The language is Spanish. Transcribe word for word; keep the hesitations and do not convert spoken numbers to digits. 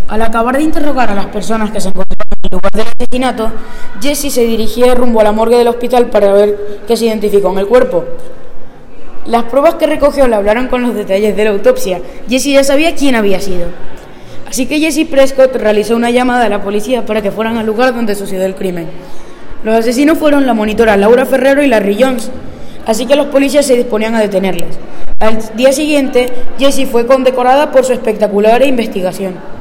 Al acabar de interrogar a las personas que se encontraban en el lugar del asesinato, Jesse se dirigía rumbo a la morgue del hospital para ver qué se identificó en el cuerpo. Las pruebas que recogió le hablaron con los detalles de la autopsia. Jesse ya sabía quién había sido. Así que Jesse Prescott realizó una llamada a la policía para que fueran al lugar donde sucedió el crimen. Los asesinos fueron la monitora Laura Ferrero y Larry Jones, así que los policías se disponían a detenerles. Al día siguiente, Jesse fue condecorada por su espectacular investigación.